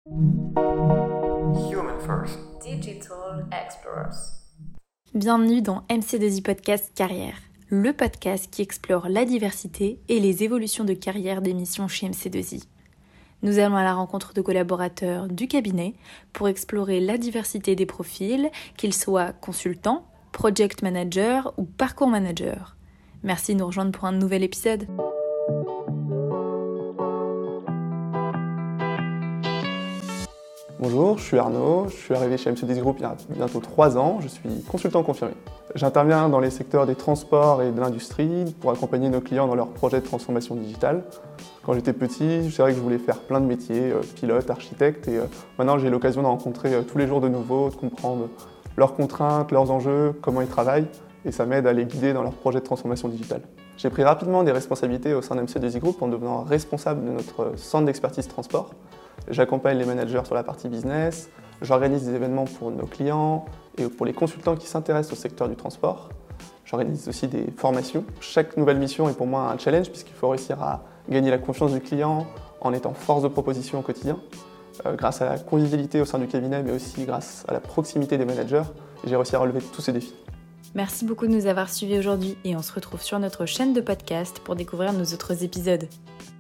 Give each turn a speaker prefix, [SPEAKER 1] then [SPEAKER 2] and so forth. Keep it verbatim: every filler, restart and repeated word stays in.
[SPEAKER 1] Human First.
[SPEAKER 2] Digital Explorers.
[SPEAKER 3] Bienvenue dans M C deux I Podcast Carrière, le podcast qui explore la diversité et les évolutions de carrière des missions chez M C deux I. Nous allons à la rencontre de collaborateurs du cabinet pour explorer la diversité des profils, qu'ils soient consultants, project manager ou parcours manager. Merci de nous rejoindre pour un nouvel épisode.
[SPEAKER 4] Bonjour, je suis Arnaud, je suis arrivé chez M C deux I Group il y a bientôt trois ans, je suis consultant confirmé. J'interviens dans les secteurs des transports et de l'industrie pour accompagner nos clients dans leurs projets de transformation digitale. Quand j'étais petit, c'est vrai que je voulais faire plein de métiers, euh, pilote, architecte, et euh, maintenant j'ai l'occasion de rencontrer euh, tous les jours de nouveaux, de comprendre leurs contraintes, leurs enjeux, comment ils travaillent, et ça m'aide à les guider dans leurs projets de transformation digitale. J'ai pris rapidement des responsabilités au sein de M C deux I Group en devenant responsable de notre centre d'expertise transport. J'accompagne les managers sur la partie business, j'organise des événements pour nos clients et pour les consultants qui s'intéressent au secteur du transport. J'organise aussi des formations. Chaque nouvelle mission est pour moi un challenge puisqu'il faut réussir à gagner la confiance du client en étant force de proposition au quotidien, euh, grâce à la convivialité au sein du cabinet, mais aussi grâce à la proximité des managers. J'ai réussi à relever tous ces défis.
[SPEAKER 3] Merci beaucoup de nous avoir suivis aujourd'hui et on se retrouve sur notre chaîne de podcast pour découvrir nos autres épisodes.